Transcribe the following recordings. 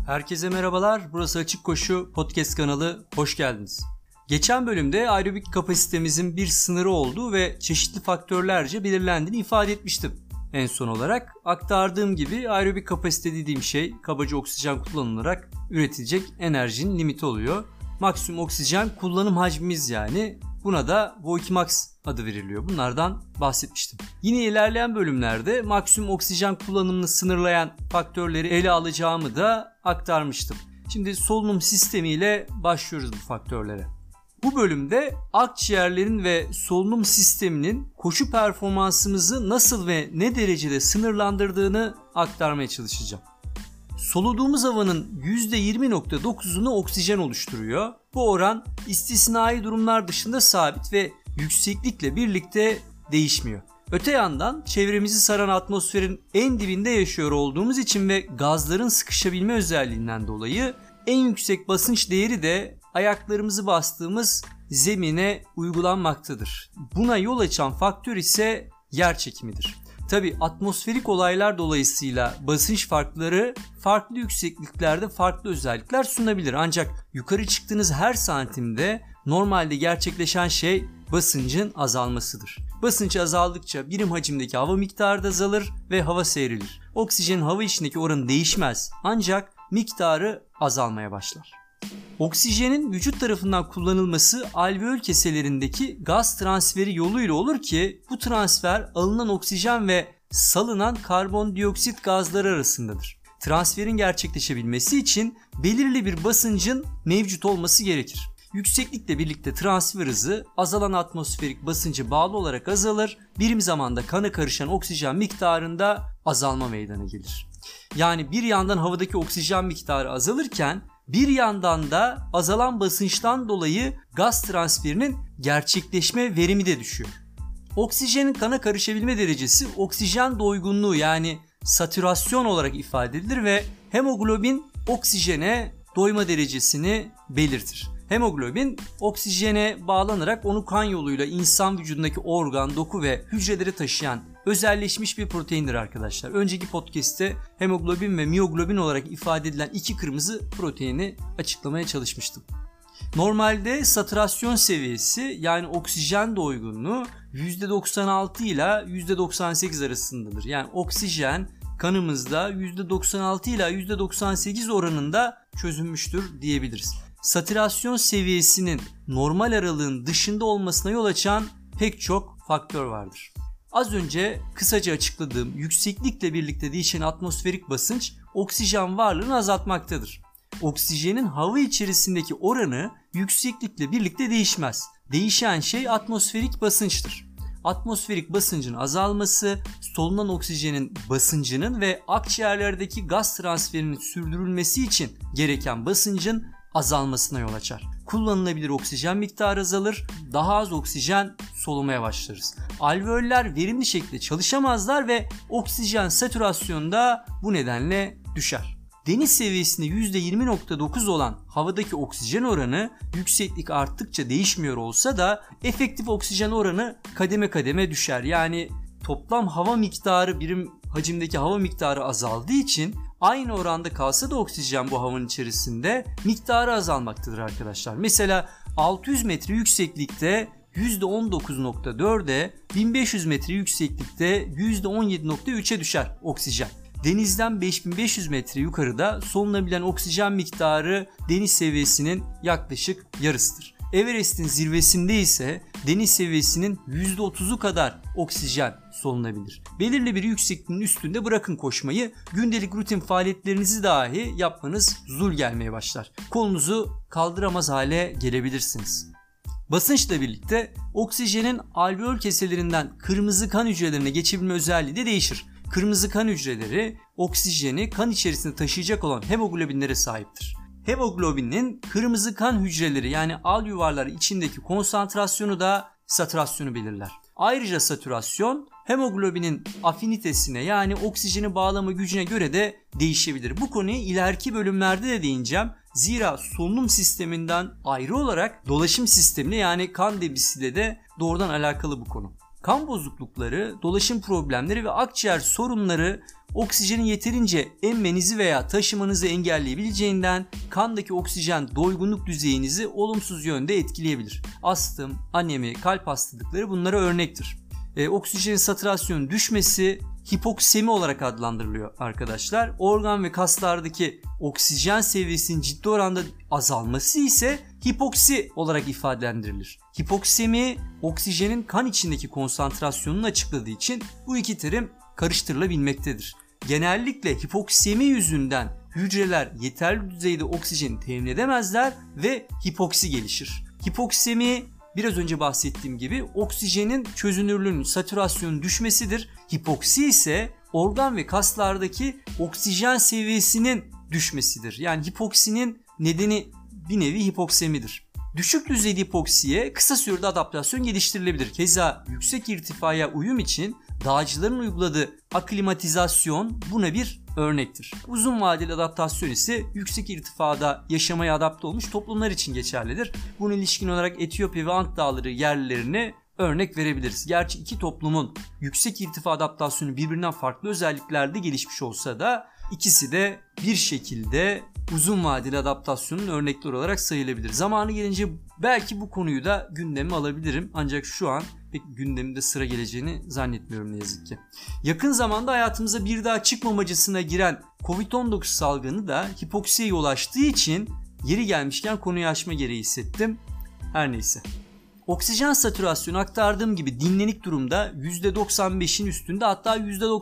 Herkese merhabalar. Burası Açık Koşu Podcast kanalı. Hoş geldiniz. Geçen bölümde aerobik kapasitemizin bir sınırı olduğu ve çeşitli faktörlerce belirlendiğini ifade etmiştim. En son olarak aktardığım gibi aerobik kapasite dediğim şey kabaca oksijen kullanılarak üretilecek enerjinin limiti oluyor. Maksimum oksijen kullanım hacmimiz yani. Buna da VO2 max adı veriliyor. Bunlardan bahsetmiştim. Yine ilerleyen bölümlerde maksimum oksijen kullanımını sınırlayan faktörleri ele alacağımı da aktarmıştım. Şimdi solunum sistemiyle başlıyoruz bu faktörlere. Bu bölümde akciğerlerin ve solunum sisteminin koşu performansımızı nasıl ve ne derecede sınırlandırdığını aktarmaya çalışacağım. Soluduğumuz havanın %20.9'unu oksijen oluşturuyor. Bu oran istisnai durumlar dışında sabit ve yükseklikle birlikte değişmiyor. Öte yandan çevremizi saran atmosferin en dibinde yaşıyor olduğumuz için ve gazların sıkışabilme özelliğinden dolayı en yüksek basınç değeri de ayaklarımızı bastığımız zemine uygulanmaktadır. Buna yol açan faktör ise yer çekimidir. Tabi atmosferik olaylar dolayısıyla basınç farkları farklı yüksekliklerde farklı özellikler sunabilir. Ancak yukarı çıktığınız her santimde normalde gerçekleşen şey basıncın azalmasıdır. Basınç azaldıkça birim hacimdeki hava miktarı da azalır ve hava seyrelilir. Oksijenin hava içindeki oranı değişmez ancak miktarı azalmaya başlar. Oksijenin vücut tarafından kullanılması alveol keselerindeki gaz transferi yoluyla olur ki bu transfer alınan oksijen ve salınan karbondioksit gazları arasındadır. Transferin gerçekleşebilmesi için belirli bir basıncın mevcut olması gerekir. Yükseklikle birlikte transfer hızı azalan atmosferik basıncı bağlı olarak azalır. Birim zamanda kana karışan oksijen miktarında azalma meydana gelir. Yani bir yandan havadaki oksijen miktarı azalırken bir yandan da azalan basınçtan dolayı gaz transferinin gerçekleşme verimi de düşüyor. Oksijenin kana karışabilme derecesi oksijen doygunluğu yani satürasyon olarak ifade edilir ve hemoglobin oksijene doyma derecesini belirtir. Hemoglobin oksijene bağlanarak onu kan yoluyla insan vücudundaki organ, doku ve hücreleri taşıyan özelleşmiş bir proteindir arkadaşlar. Önceki podcast'te hemoglobin ve miyoglobin olarak ifade edilen iki kırmızı proteini açıklamaya çalışmıştım. Normalde satürasyon seviyesi yani oksijen doygunluğu %96 ile %98 arasındadır. Yani oksijen kanımızda %96 ile %98 oranında çözünmüştür diyebiliriz. Satürasyon seviyesinin normal aralığın dışında olmasına yol açan pek çok faktör vardır. Az önce kısaca açıkladığım yükseklikle birlikte değişen atmosferik basınç oksijen varlığını azaltmaktadır. Oksijenin hava içerisindeki oranı yükseklikle birlikte değişmez. Değişen şey atmosferik basınçtır. Atmosferik basıncın azalması, solunan oksijenin basıncının ve akciğerlerdeki gaz transferinin sürdürülmesi için gereken basıncın azalmasına yol açar. Kullanılabilir oksijen miktarı azalır, daha az oksijen solumaya başlarız. Alveoller verimli şekilde çalışamazlar ve oksijen satürasyonu da bu nedenle düşer. Deniz seviyesinde %20.9 olan havadaki oksijen oranı yükseklik arttıkça değişmiyor olsa da efektif oksijen oranı kademe kademe düşer. Yani toplam hava miktarı birim hacimdeki hava miktarı azaldığı için aynı oranda kalsa da oksijen bu havanın içerisinde miktarı azalmaktadır arkadaşlar. Mesela 600 metre yükseklikte %19.4'e, 1500 metre yükseklikte %17.3'e düşer oksijen. Denizden 5500 metre yukarıda solunabilen oksijen miktarı deniz seviyesinin yaklaşık yarısıdır. Everest'in zirvesinde ise deniz seviyesinin %30'u kadar oksijen solunabilir. Belirli bir yüksekliğin üstünde bırakın koşmayı, gündelik rutin faaliyetlerinizi dahi yapmanız zul gelmeye başlar. Kolunuzu kaldıramaz hale gelebilirsiniz. Basınçla birlikte oksijenin alveol keselerinden kırmızı kan hücrelerine geçebilme özelliği de değişir. Kırmızı kan hücreleri oksijeni kan içerisinde taşıyacak olan hemoglobinlere sahiptir. Hemoglobinin kırmızı kan hücreleri yani al yuvarları içindeki konsantrasyonu da satürasyonu belirler. Ayrıca satürasyon hemoglobinin afinitesine yani oksijeni bağlama gücüne göre de değişebilir. Bu konuyu ileriki bölümlerde de değineceğim. Zira solunum sisteminden ayrı olarak dolaşım sistemine yani kan debisiyle de doğrudan alakalı bu konu. Kan bozuklukları, dolaşım problemleri ve akciğer sorunları oksijeni yeterince emmenizi veya taşımanızı engelleyebileceğinden kandaki oksijen doygunluk düzeyinizi olumsuz yönde etkileyebilir. Astım, anemi, kalp hastalıkları bunlara örnektir. Oksijenin satürasyonu düşmesi hipoksemi olarak adlandırılıyor arkadaşlar. Organ ve kaslardaki oksijen seviyesinin ciddi oranda azalması ise hipoksi olarak ifadelendirilir. Hipoksemi oksijenin kan içindeki konsantrasyonunu açıkladığı için bu iki terim karıştırılabilmektedir. Genellikle hipoksemi yüzünden hücreler yeterli düzeyde oksijeni temin edemezler ve hipoksi gelişir. Hipoksemi biraz önce bahsettiğim gibi oksijenin çözünürlüğünün, satürasyonun düşmesidir. Hipoksi ise organ ve kaslardaki oksijen seviyesinin düşmesidir. Yani hipoksinin nedeni bir nevi hipoksemidir. Düşük düzeyde hipoksiye kısa sürede adaptasyon geliştirilebilir. Keza yüksek irtifaya uyum için dağcıların uyguladığı aklimatizasyon buna bir örnektir. Uzun vadeli adaptasyon ise yüksek irtifada yaşamaya adapte olmuş toplumlar için geçerlidir. Buna ilişkin olarak Etiyopya ve Ant Dağları yerlilerine örnek verebiliriz. Gerçi iki toplumun yüksek irtifa adaptasyonu birbirinden farklı özelliklerde gelişmiş olsa da ikisi de bir şekilde uzun vadeli adaptasyonun örnekleri olarak sayılabilir. Zamanı gelince belki bu konuyu da gündeme alabilirim. Ancak şu an pek gündemde sıra geleceğini zannetmiyorum ne yazık ki. Yakın zamanda hayatımıza bir daha çıkmamacasına giren Covid-19 salgını da hipoksiye yol açtığı için yeri gelmişken konuyu açma gereği hissettim. Her neyse. Oksijen satürasyonu aktardığım gibi dinlenik durumda %95'in üstünde, hatta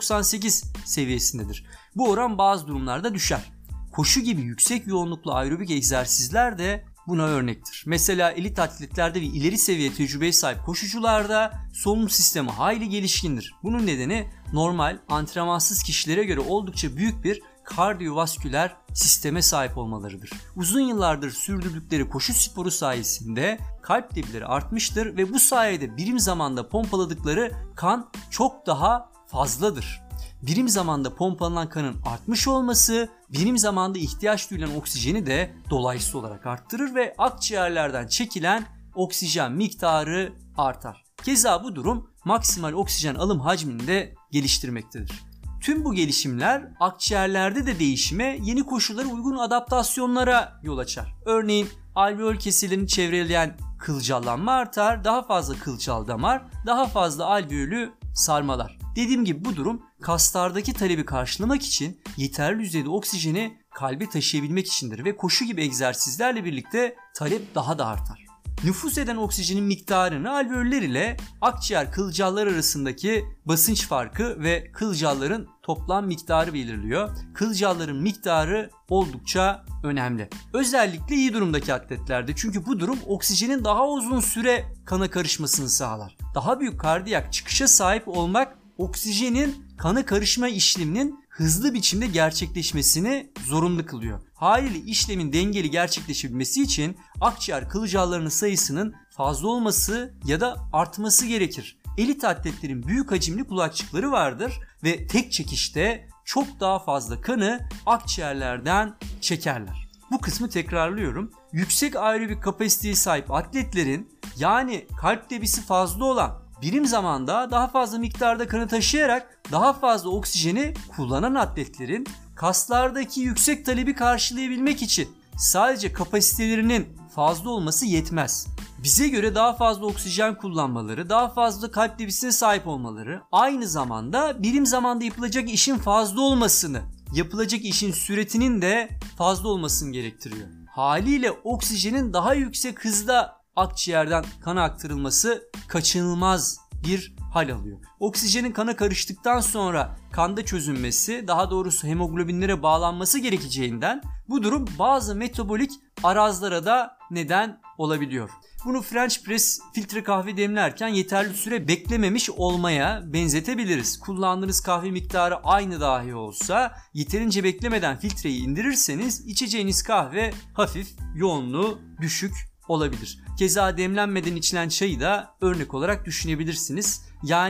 %98 seviyesindedir. Bu oran bazı durumlarda düşer. Koşu gibi yüksek yoğunluklu aerobik egzersizler de buna örnektir. Mesela elit atletlerde ve ileri seviye tecrübeye sahip koşucularda solunum sistemi hayli gelişkindir. Bunun nedeni normal antrenmansız kişilere göre oldukça büyük bir kardiyovasküler sisteme sahip olmalarıdır. Uzun yıllardır sürdürdükleri koşu sporu sayesinde kalp debileri artmıştır ve bu sayede birim zamanda pompaladıkları kan çok daha fazladır. Birim zamanda pompalanan kanın artmış olması birim zamanda ihtiyaç duyulan oksijeni de dolayısıyla olarak arttırır ve akciğerlerden çekilen oksijen miktarı artar. Keza bu durum maksimal oksijen alım hacmini de geliştirmektedir. Tüm bu gelişimler akciğerlerde de değişime, yeni koşullara uygun adaptasyonlara yol açar. Örneğin alveol keselerini çevreleyen kılcallanma artar, daha fazla kılcal damar, daha fazla alveolü sarmalar. Dediğim gibi bu durum kaslardaki talebi karşılamak için yeterli düzeyde oksijeni kalbe taşıyabilmek içindir ve koşu gibi egzersizlerle birlikte talep daha da artar. Nüfuz eden oksijenin miktarını alveoller ile akciğer kılcallar arasındaki basınç farkı ve kılcalların toplam miktarı belirliyor. Kılcalların miktarı oldukça önemli. Özellikle iyi durumdaki atletlerde, çünkü bu durum oksijenin daha uzun süre kana karışmasını sağlar. Daha büyük kardiyak çıkışa sahip olmak oksijenin kana karışma işleminin hızlı biçimde gerçekleşmesini zorunlu kılıyor. Haliyle işlemin dengeli gerçekleşebilmesi için akciğer kılcallarının sayısının fazla olması ya da artması gerekir. Elit atletlerin büyük hacimli kulakçıkları vardır ve tek çekişte çok daha fazla kanı akciğerlerden çekerler. Bu kısmı tekrarlıyorum. Yüksek aerobik kapasiteye sahip atletlerin, yani kalp debisi fazla olan, birim zamanda daha fazla miktarda kanı taşıyarak daha fazla oksijeni kullanan atletlerin kaslardaki yüksek talebi karşılayabilmek için sadece kapasitelerinin fazla olması yetmez. Bize göre daha fazla oksijen kullanmaları, daha fazla kalp debisine sahip olmaları aynı zamanda birim zamanda yapılacak işin fazla olmasını, yapılacak işin süretinin de fazla olmasını gerektiriyor. Haliyle oksijenin daha yüksek hızda akciğerden kana aktarılması kaçınılmaz bir hal alıyor. Oksijenin kana karıştıktan sonra kanda çözünmesi, daha doğrusu hemoglobinlere bağlanması gerekeceğinden bu durum bazı metabolik arazlara da neden olabiliyor. Bunu French press filtre kahve demlerken yeterli süre beklememiş olmaya benzetebiliriz. Kullandığınız kahve miktarı aynı dahi olsa yeterince beklemeden filtreyi indirirseniz içeceğiniz kahve hafif, yoğunluğu düşük olabilir. Keza demlenmeden içilen çayı da örnek olarak düşünebilirsiniz. Yani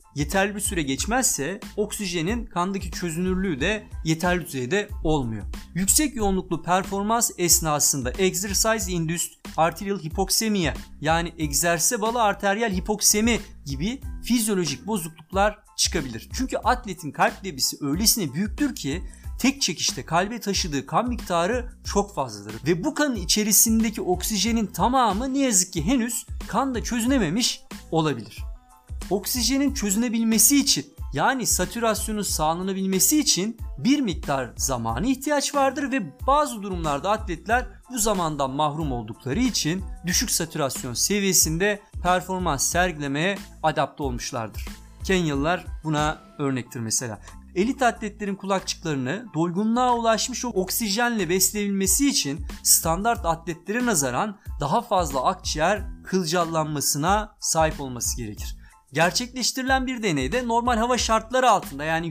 yeterli bir süre geçmezse oksijenin kandaki çözünürlüğü de yeterli düzeyde olmuyor. Yüksek yoğunluklu performans esnasında exercise induced arterial hypoxemia yani egzersize bağlı arteriyel hipoksemi gibi fizyolojik bozukluklar çıkabilir. Çünkü atletin kalp debisi öylesine büyüktür ki tek çekişte kalbe taşıdığı kan miktarı çok fazladır. Ve bu kanın içerisindeki oksijenin tamamı ne yazık ki henüz kanda çözünememiş olabilir. Oksijenin çözünebilmesi için yani satürasyonun sağlanabilmesi için bir miktar zamana ihtiyaç vardır ve bazı durumlarda atletler bu zamandan mahrum oldukları için düşük satürasyon seviyesinde performans sergilemeye adapte olmuşlardır. Kenyalılar buna örnektir mesela. Elit atletlerin kulakçıklarını doygunluğa ulaşmış oksijenle besleyebilmesi için standart atletlere nazaran daha fazla akciğer kılcallanmasına sahip olması gerekir. Gerçekleştirilen bir deneyde normal hava şartları altında yani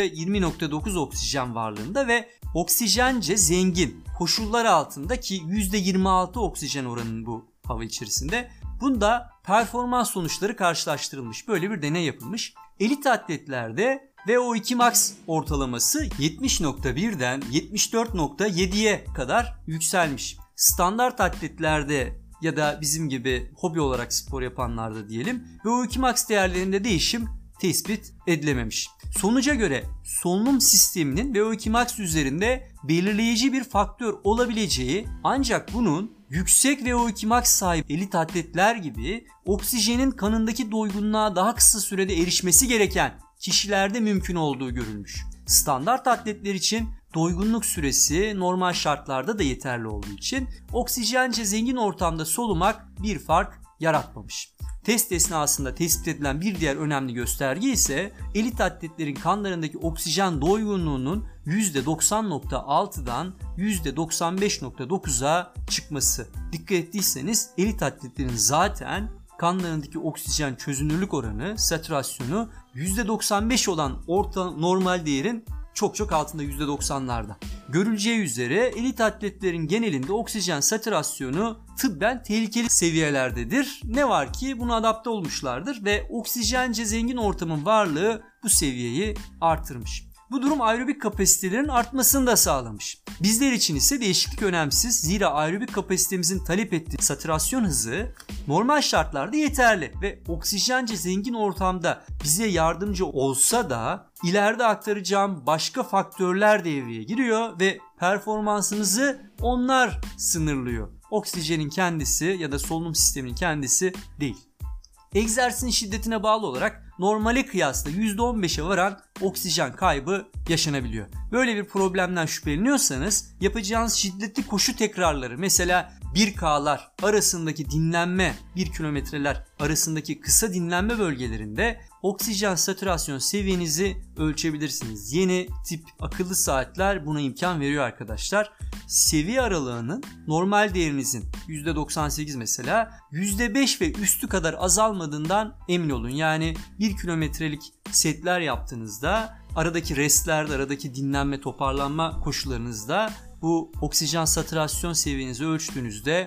%20.9 oksijen varlığında ve oksijence zengin koşullar altında ki %26 oksijen oranının bu hava içerisinde bunda performans sonuçları karşılaştırılmış. Böyle bir deney yapılmış. Elit atletlerde VO2 max ortalaması 70.1'den 74.7'ye kadar yükselmiş. Standart atletlerde ya da bizim gibi hobi olarak spor yapanlarda diyelim VO2 max değerlerinde değişim tespit edilememiş. Sonuca göre solunum sisteminin VO2 max üzerinde belirleyici bir faktör olabileceği ancak bunun yüksek VO2 max sahibi elit atletler gibi oksijenin kanındaki doygunluğa daha kısa sürede erişmesi gereken kişilerde mümkün olduğu görülmüş. Standart atletler için doygunluk süresi normal şartlarda da yeterli olduğu için oksijence zengin ortamda solumak bir fark yaratmamış. Test esnasında tespit edilen bir diğer önemli gösterge ise elit atletlerin kanlarındaki oksijen doygunluğunun %90.6'dan %95.9'a çıkması. Dikkat ettiyseniz elit atletlerin zaten kanlarındaki oksijen çözünürlük oranı, satürasyonu %95 olan orta normal değerin çok altında %90'larda. Görüleceği üzere elit atletlerin genelinde oksijen satürasyonu tıbben tehlikeli seviyelerdedir. Ne var ki buna adapte olmuşlardır ve oksijence zengin ortamın varlığı bu seviyeyi artırmış. Bu durum aerobik kapasitelerin artmasını da sağlamış. Bizler için ise değişiklik önemsiz. Zira aerobik kapasitemizin talep ettiği satürasyon hızı normal şartlarda yeterli ve oksijence zengin ortamda bize yardımcı olsa da ileride aktaracağım başka faktörler devreye giriyor ve performansımızı onlar sınırlıyor. Oksijenin kendisi ya da solunum sisteminin kendisi değil. Egzersizin şiddetine bağlı olarak normale kıyasla %15'e varan oksijen kaybı yaşanabiliyor. Böyle bir problemden şüpheleniyorsanız yapacağınız şiddetli koşu tekrarları mesela 1K'lar arasındaki dinlenme 1 kilometreler arasındaki kısa dinlenme bölgelerinde oksijen satürasyon seviyenizi ölçebilirsiniz. Yeni tip akıllı saatler buna imkan veriyor arkadaşlar. Seviye aralığının normal değerinizin %98 mesela %5 ve üstü kadar azalmadığından emin olun. Yani 1 kilometrelik setler yaptığınızda aradaki restlerde, aradaki dinlenme, toparlanma koşullarınızda bu oksijen satürasyon seviyenizi ölçtüğünüzde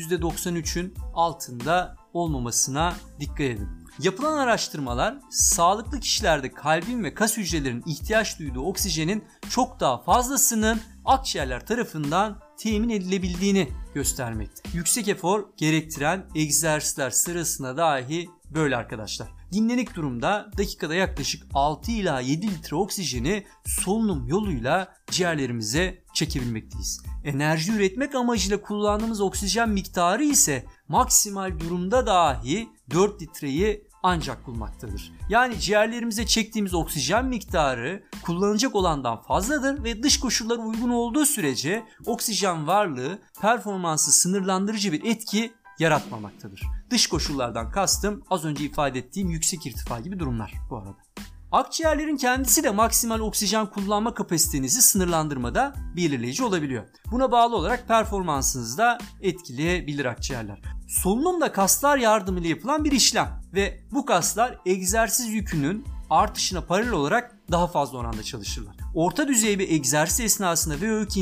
%93'ün altında olmamasına dikkat edin. Yapılan araştırmalar sağlıklı kişilerde kalbin ve kas hücrelerinin ihtiyaç duyduğu oksijenin çok daha fazlasının akciğerler tarafından temin edilebildiğini göstermekte. Yüksek efor gerektiren egzersizler sırasında dahi böyle arkadaşlar. Dinlenik durumda dakikada yaklaşık 6 ila 7 litre oksijeni solunum yoluyla ciğerlerimize çekebilmekteyiz. Enerji üretmek amacıyla kullandığımız oksijen miktarı ise maksimal durumda dahi 4 litreyi ancak bulmaktadır. Yani ciğerlerimize çektiğimiz oksijen miktarı kullanılacak olandan fazladır ve dış koşullar uygun olduğu sürece oksijen varlığı performansı sınırlandırıcı bir etki yaratmamaktadır. Dış koşullardan kastım az önce ifade ettiğim yüksek irtifa gibi durumlar bu arada. Akciğerlerin kendisi de maksimal oksijen kullanma kapasitenizi sınırlandırmada belirleyici olabiliyor. Buna bağlı olarak performansınızı da etkileyebilir akciğerler. Solunum da kaslar yardımıyla yapılan bir işlem ve bu kaslar egzersiz yükünün artışına paralel olarak daha fazla oranda çalışırlar. Orta düzey bir egzersiz esnasında VO2'nin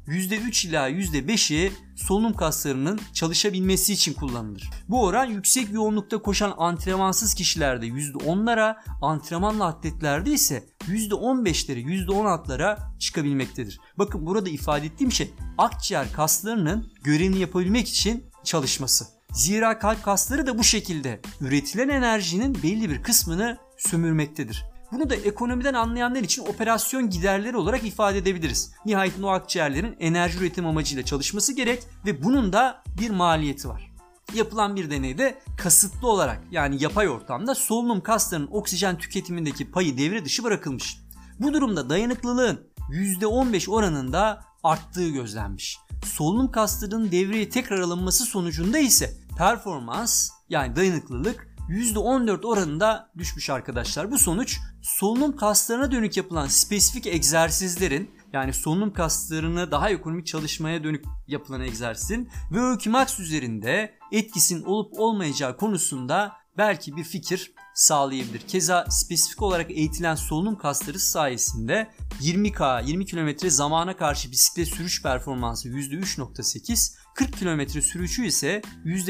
%3 ila %5'i solunum kaslarının çalışabilmesi için kullanılır. Bu oran yüksek yoğunlukta koşan antrenmansız kişilerde %10'lara, antrenmanlı atletlerde ise %15'lere, %16'lara çıkabilmektedir. Bakın burada ifade ettiğim şey akciğer kaslarının görevini yapabilmek için çalışması. Zira kalp kasları da bu şekilde üretilen enerjinin belli bir kısmını sömürmektedir. Bunu da ekonomiden anlayanlar için operasyon giderleri olarak ifade edebiliriz. Nihayetinde o akciğerlerin enerji üretim amacıyla çalışması gerek ve bunun da bir maliyeti var. Yapılan bir deneyde kasıtlı olarak yani yapay ortamda solunum kaslarının oksijen tüketimindeki payı devre dışı bırakılmış. Bu durumda dayanıklılığın %15 oranında arttığı gözlenmiş. Solunum kaslarının devreye tekrar alınması sonucunda ise performans yani dayanıklılık %14 oranında düşmüş arkadaşlar. Bu sonuç solunum kaslarına dönük yapılan spesifik egzersizlerin yani solunum kaslarını daha ekonomik çalışmaya dönük yapılan egzersizin VO2 max üzerinde etkisinin olup olmayacağı konusunda belki bir fikir sağlayabilir. Keza spesifik olarak eğitilen solunum kasları sayesinde 20 km zamana karşı bisiklet sürüş performansı %3.8, 40 km sürüşü ise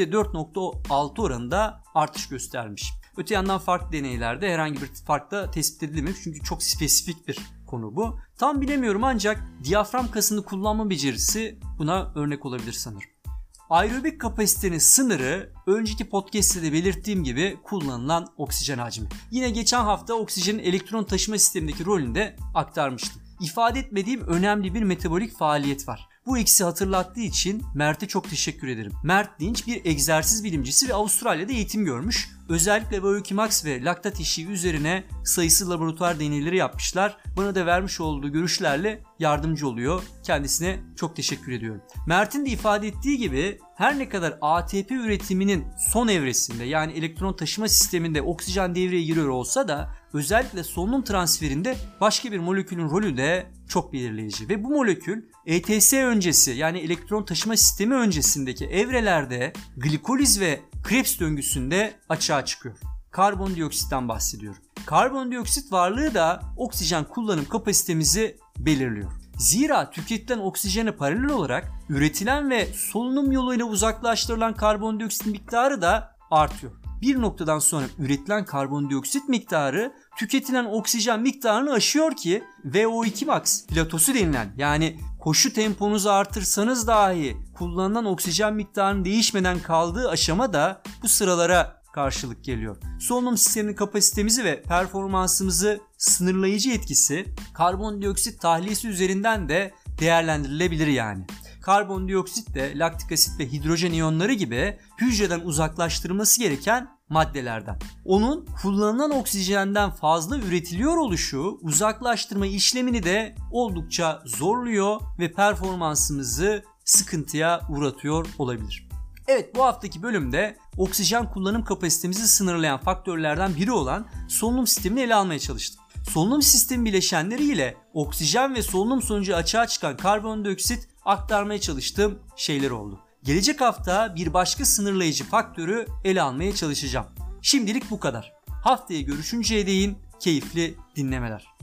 %4.6 oranında artış göstermiş. Öte yandan farklı deneylerde herhangi bir fark da tespit edilememiş çünkü çok spesifik bir konu bu. Tam bilemiyorum ancak diyafram kasını kullanma becerisi buna örnek olabilir sanırım. Aerobik kapasitenin sınırı önceki podcast'te de belirttiğim gibi kullanılan oksijen hacmi. Yine geçen hafta oksijenin elektron taşıma sistemindeki rolünü de aktarmıştım. İfade etmediğim önemli bir metabolik faaliyet var. Bu ikisi hatırlattığı için Mert'e çok teşekkür ederim. Mert Dinç bir egzersiz bilimcisi ve Avustralya'da eğitim görmüş. Özellikle VO2 max ve laktat eşiği üzerine sayısız laboratuvar deneyleri yapmışlar. Bana da vermiş olduğu görüşlerle yardımcı oluyor. Kendisine çok teşekkür ediyorum. Mert'in de ifade ettiği gibi her ne kadar ATP üretiminin son evresinde yani elektron taşıma sisteminde oksijen devreye giriyor olsa da özellikle solunum transferinde başka bir molekülün rolü de çok belirleyici. Ve bu molekül ETS öncesi yani elektron taşıma sistemi öncesindeki evrelerde glikoliz ve Krebs döngüsünde açığa çıkıyor. Karbondioksitten bahsediyorum. Karbondioksit varlığı da oksijen kullanım kapasitemizi belirliyor. Zira tüketilen oksijene paralel olarak üretilen ve solunum yoluyla uzaklaştırılan karbondioksit miktarı da artıyor. Bir noktadan sonra üretilen karbondioksit miktarı tüketilen oksijen miktarını aşıyor ki VO2 max platosu denilen yani koşu temponuzu artırsanız dahi kullanılan oksijen miktarının değişmeden kaldığı aşama da bu sıralara karşılık geliyor. Solunum sisteminin kapasitemizi ve performansımızı sınırlayıcı etkisi karbondioksit tahliyesi üzerinden de değerlendirilebilir yani. Karbondioksit de laktik asit ve hidrojen iyonları gibi hücreden uzaklaştırılması gereken maddelerden. Onun kullanılan oksijenden fazla üretiliyor oluşu uzaklaştırma işlemini de oldukça zorluyor ve performansımızı sıkıntıya uğratıyor olabilir. Evet, bu haftaki bölümde oksijen kullanım kapasitemizi sınırlayan faktörlerden biri olan solunum sistemini ele almaya çalıştık. Solunum sistemi bileşenleri ile oksijen ve solunum sonucu açığa çıkan karbondioksit aktarmaya çalıştığım şeyler oldu. Gelecek hafta bir başka sınırlayıcı faktörü ele almaya çalışacağım. Şimdilik bu kadar. Haftaya görüşünceye değin keyifli dinlemeler.